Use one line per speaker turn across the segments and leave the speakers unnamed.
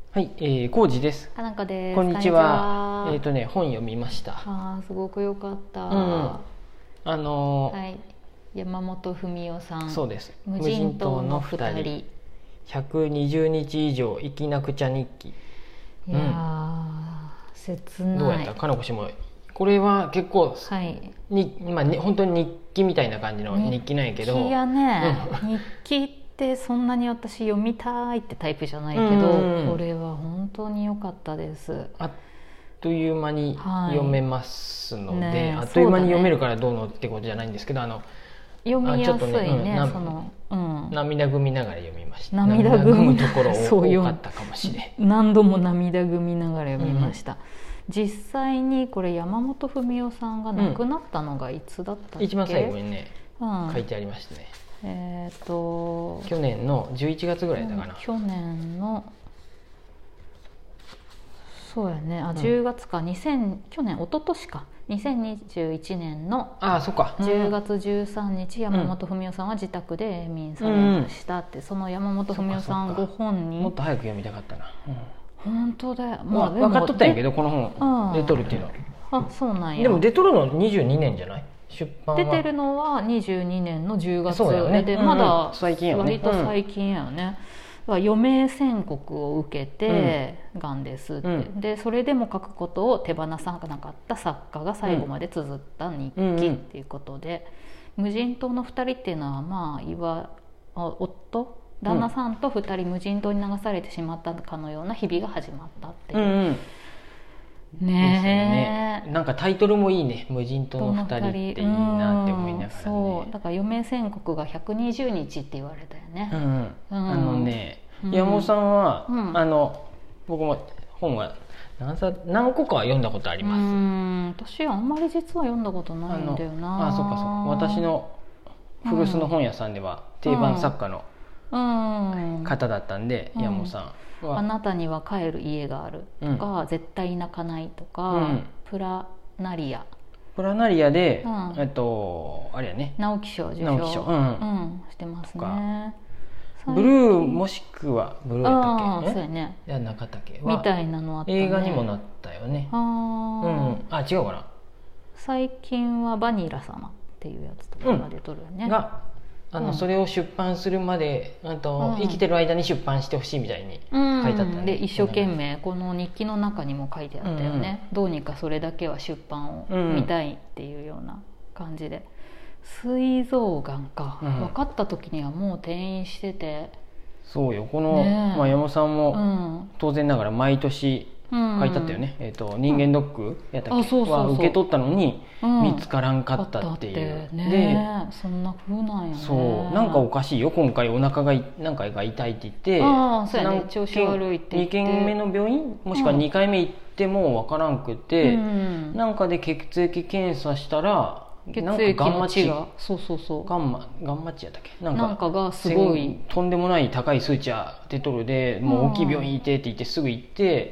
はい、浩二です。
かなこです。
こんにちは。本読みました。
すごく良かった。
はい 、
山本文夫さん。
そうです。
無人島の2人。
120日以上生きなくちゃ日記。
いや切ない。
どうやった？かなこ氏もこれは結構、本当に日記みたいな感じの日記なんやけど。
日記やね。日記ってそんなに私読みたいってタイプじゃないけど、これは本当に良かったです。
あっという間に読めますので、あっ
ね、
という間に読めるからどうのってことじゃないんですけど、
読みやすいね。
涙ぐみながら読みました。
涙ぐむ
ところ多かったかもしれん。
何度も涙ぐみながら読みました。実際にこれ山本文夫さんが亡くなったのがいつだったっけ？
一番最後にね、書いてありましたね。去年の11月ぐらいだかな。
去年のそうやね、10月か、去年一昨年か、2021年の10月13日、山本文夫さんは自宅で永眠されましたって、その山本文夫さんご本人、
もっと早く読みたかったな。
本当だよ。
分かっとったんやけど、この本出とるっていうのは。
そうなんや。
でも出とるの22年じゃない？出版は
出てるのは22年の10月で、
ま
だ割と最近やよね。余命宣告を受けてがんですって、でそれでも書くことを手放さなかった作家が最後まで綴った日記っていうことで、無人島の2人っていうのは旦那さんと2人無人島に流されてしまったかのような日々が始まったっていう。ねえ、
なんかタイトルもいいね。無人島の2人っていいなって思いながらね。
そうだから余命宣告が120日って言われたよね。
山本さんは、僕も本は何個かは読んだことありま
す。私あんまり実は読んだことないんだよな。
そうか。私の古巣の本屋さんでは定番作家の方だったんで、山本さん
あなたには帰る家があるとか、絶対泣かないとか、プラナリアで、あれやね、 直木賞受賞してますね。
ブルーもしくはブルーやったっけ？
そうやね。
いやなかったっけ？
みたいなのあったね。
映画にもなったよね。違うかな。
最近はバニラ様っていうやつとかが出とるよね。
それを出版するまで生きてる間に出版してほしいみたいに書いてあったね。
で一生懸命この日記の中にも書いてあったよね。どうにかそれだけは出版を見たいっていうような感じで。膵臓がんか、分かった時にはもう転院してて。
そうよ。この、山本さんも、当然ながら毎年書いてあったよね。人間ドックやったっけは受け取ったのに見つからんかったっていう。
でそんな風なんやね。
そうなんかおかしいよ。今回お腹がなんかが痛いって言って、
そうやね、調子悪いって言って
2軒目の病院もしくは2回目行っても分からんくて、なんかで血液検査したら
血液の値が
ガンマッチやったっけ？
なんかがすごい
とんでもない高い数値が出とるで、もう大きい病院いてって言ってすぐ行って、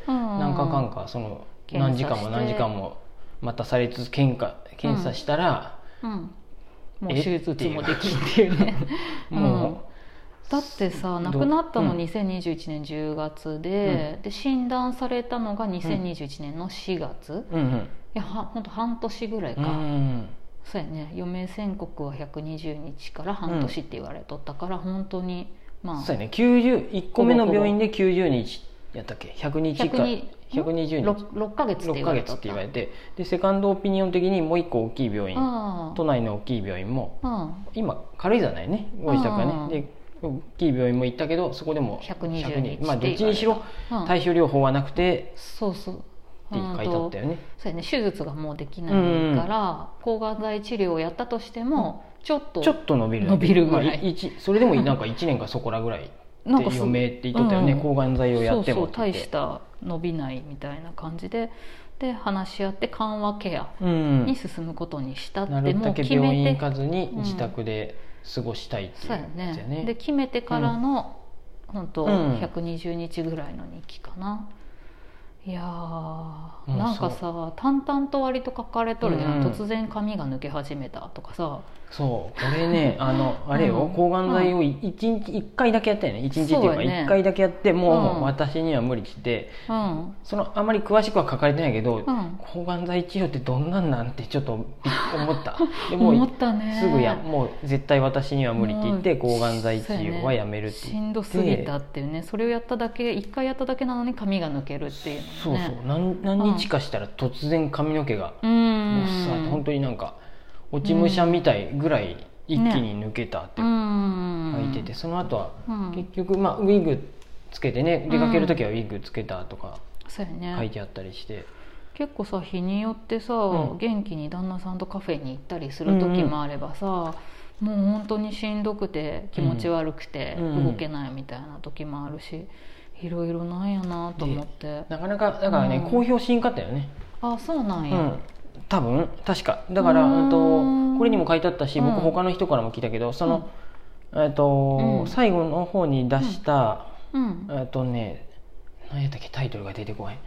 なんかかんかその何時間もまたされつつ検査したら、
もう手術もできんっていうね。だってさ、亡くなったの2021年10月で、診断されたのが2021年の4月。いやほんと半年ぐらいか。そうやね、余命宣告は120日から半年って言われとったから、本当に
そうやね、1個目の病院で90日やったっけ？100日か120日
6ヶ月って言われとった。
6ヶ月って言われて、でセカンドオピニオン的にもう1個大きい病院、都内の大きい病院も、今軽井沢ないね、ご自宅がね、で大きい病院も行ったけど、そこでも
120日、
どっちにしろ対症療法はなくて、
そう
って書いてあったよね。
そうやね、手術がもうできないから、抗がん剤治療をやったとしてもちょっと伸びるぐらい、
それでもなんか1年かそこらぐらいで余命って言っとったよね。抗がん剤をやってもって
大した伸びないみたいな感じで話し合って緩和ケアに進むことにしたって、
なるだけ病院行かずに自宅で過ごしたいっていうやつやね。
で決めてからの本当120日ぐらいの日記かな。いやなんかさ、淡々と割と書かれとるやん。突然髪が抜け始めたとかさ、
そうこれねあれよ、抗がん剤を1回だけやったよね。1日っていうか1回だけやって、もう私には無理って言って、あまり詳しくは書かれてないけど、抗がん剤治療ってどんなんなんてちょっと思ったでも
思ったね。
すぐもう絶対私には無理って言って抗がん剤治療はやめるって言って、
しんどすぎたっていうね。それをやっただけ、1回やっただけなのに髪が抜けるっていうね。
そう何日かしたら突然髪の毛がもうさ、本当になんか落ち武者みたいぐらい一気に抜けたって書いてて、その後は結局ウィッグつけてね、出かける時はウィッグつけたとか書いてあったりして、
結構さ日によってさ、元気に旦那さんとカフェに行ったりする時もあればさ、もう本当にしんどくて気持ち悪くて動けないみたいな時もあるし、いろいろなんやなと思って、
なかなかだからね、公表しんかったよね。
あ、そうなんや、
多分確かだからこれにも書いてあったし、僕他の人からも聞いたけど、その最後の方に出した何やったっけ、タイトルが出てこない、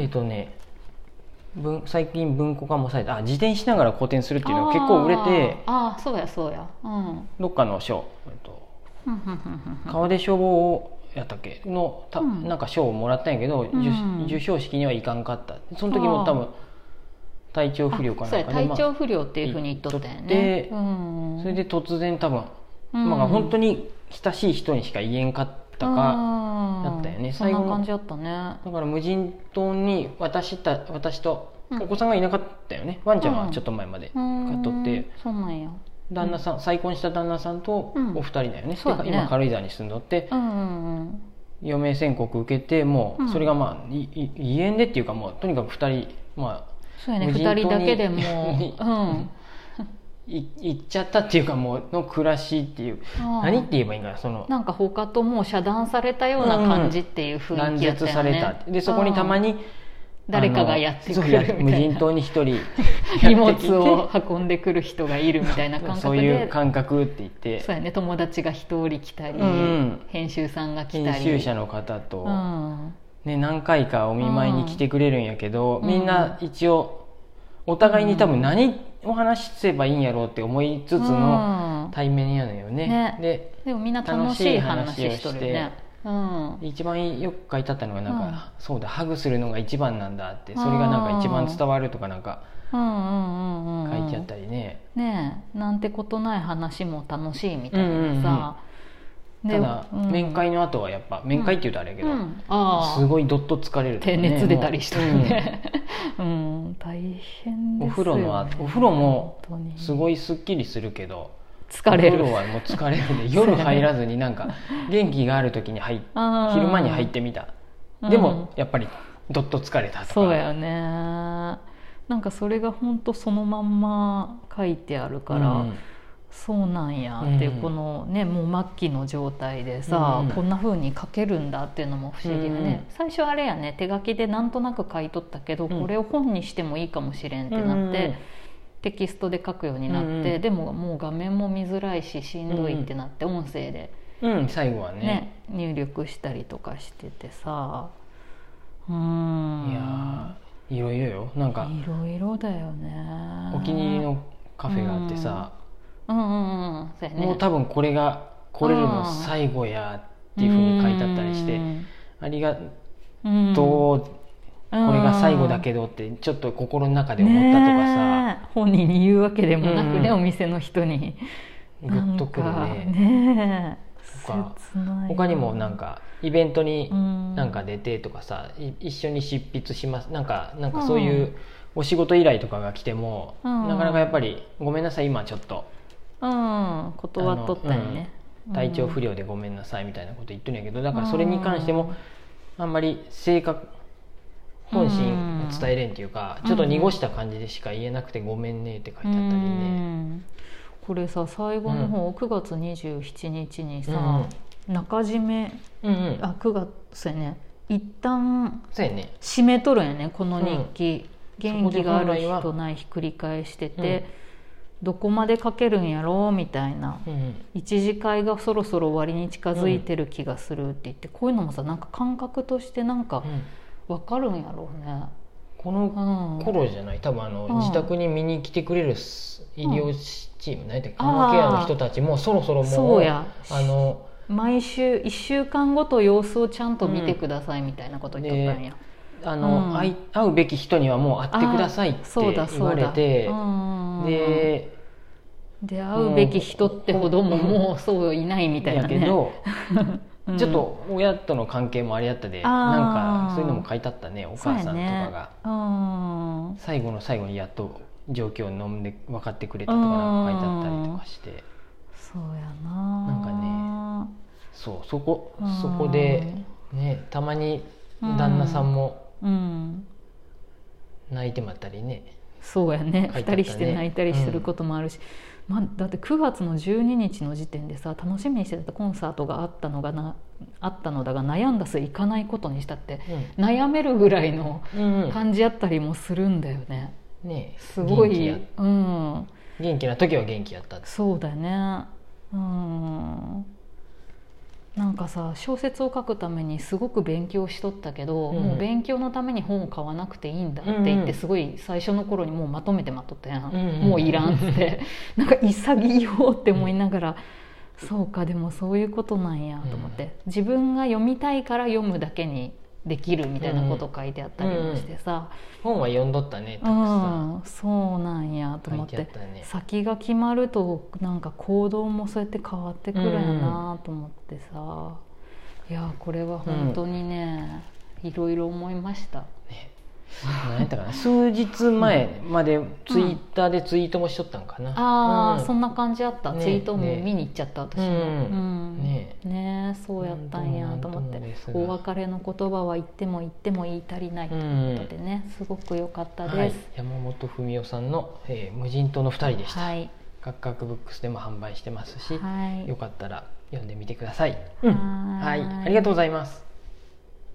最近文庫化もされた自転しながら個展するっていうのが結構売れて、
そうやそうや、
どっかの賞、川出消防やったっけのなんか賞をもらったんやけど、授賞式には行かんかった。その時も多分体調不良かなんかで、
体調不良っていうふうに言っとったよね。
それで突然多分、本当に親しい人にしか言えんかったかだったよね。
そんな感じだったね。
だから無人島に私とお子さんがいなかったよね。ワンちゃんはちょっと前まで飼っとって、
そうなんや。
旦那さん、再婚した旦那さんとお二人だよね。今軽井沢に住んどって、余命宣告受けて、もうそれが胃炎でっていうか、もうとにかく二人
そうやね、2人だけでも
行っちゃったっていうか、もうの暮らしっていう、何って言えばいいんかな、
なんか他ともう遮断されたような感じっていう雰囲気やったよね。
断絶された。でそこにたまに
誰かがやってくるみたいな、
無人島に一人
荷物を運んでくる人がいるみたいな感覚で
そういう感覚って言って、
そうやね、友達が一人来たり、編集さんが来たり、
編集者の方と、何回かお見舞いに来てくれるんやけど、みんな一応お互いに多分何を話せばいいんやろうって思いつつの対面やのよね。
でもみんな楽しい話をしとるね。
一番よく書いてあったのがなんか、そうだ、ハグするのが一番なんだって、それがなんか一番伝わるとかなんか書いてあったりね。
なんてことない話も楽しいみたいなさ。
ただ面会の後はやっぱ、面会って言うとあれやけど、すごいどっと疲れるとかね、
熱出たりしたね。大変ですよね。
お風呂もすごいすっきりするけど、
疲れる。
お風呂はもう疲れるんで夜入らずに、なんか元気がある時に昼間に入ってみた。でもやっぱりどっと疲れたとか。
そうやね。なんかそれが本当そのまんま書いてあるから、そうなんやって、このね、もう末期の状態でさ、こんな風に書けるんだっていうのも不思議よね。最初あれやね、手書きでなんとなく書いとったけど、これを本にしてもいいかもしれんってなって、テキストで書くようになって、でももう画面も見づらいししんどいってなって、音声で
最後はね
入力したりとかしててさ、
いやいろいろよ。なんか
いろいろだよね。
お気に入りのカフェがあってさ、もう多分これが来れるの最後やっていうふうに書いてあったりして、ありがとう、これが最後だけどってちょっと心の中で思ったとかさ、
本人に言うわけでもなくね、お店の人に
グッとくるね。他にもなんかイベントになんか出てとかさ、一緒に執筆します、なんかそういうお仕事依頼とかが来ても、なかなかやっぱりごめんなさい今ちょっと
断っとったよね、
体調不良でごめんなさいみたいなこと言ってるんやけど、だからそれに関してもあんまり本心伝えれんっていうか、ちょっと濁した感じでしか言えなくてごめんねって書いてあったりね。
これさ、最後の方、9月27日にさ、中締め、9月やね、一旦締めとるんやね、この日記。元気がある日とない日繰り返してて、どこまで書けるんやろうみたいな、一次会がそろそろ終わりに近づいてる気がするって言って、こういうのもさ、なんか感覚としてなんか分かるんやろうね。
この頃じゃない、多分自宅に見に来てくれる医療チーム、何ていうか緩和ケアの人たちもそろそろもう
そうや毎週1週間ごと様子をちゃんと見てくださいみたいなこと言ってたんや、
会うべき人にはもう会ってくださいって言われて、
で会うべき人ってほどももうそういないみたいなね。
やけどちょっと親との関係もありあったで、なんかそういうのも書いてあったね、お母さんとかが、最後の最後にやっと状況を飲んで分かってくれたとかなんか書いてあったりとかして、
そうやな、
なんかね、そこでね、たまに旦那さんも泣いてまったりね、
そうやね、2人して泣いたりすることもあるし、だって9月の12日の時点でさ、楽しみにしてたコンサートがあったのだが悩んだ末行かないことにしたって、悩めるぐらいの感じやったりもするんだよね。すごい
元気な時は元気やったって。
そうだよね。なんかさ、小説を書くためにすごく勉強しとったけど、もう勉強のために本を買わなくていいんだって言って、すごい最初の頃にもうまとめて待っとったやん、もういらんってなんか潔いよって思いながら、そうか、でもそういうことなんやと思って、自分が読みたいから読むだけにできるみたいなこと書いてあったりもしてさ、
本は読んどったね、たくさん。
そうなんやと思って、先が決まるとなんか行動もそうやって変わってくるんやなと思ってさ、いやこれは本当にね、いろいろ思いました、
何やったかな、数日前までツイッターでツイートもしとったんかな、
そんな感じあった、ツイートも見に行っちゃった私も、そうやったんやと思って、お別れの言葉は言っても言っても言い足りないということでね、すごく良かったです、
山本文夫さんの、無人島の2人でした。カクカクブックスでも販売してますし、よかったら読んでみてください。ありがとうございます。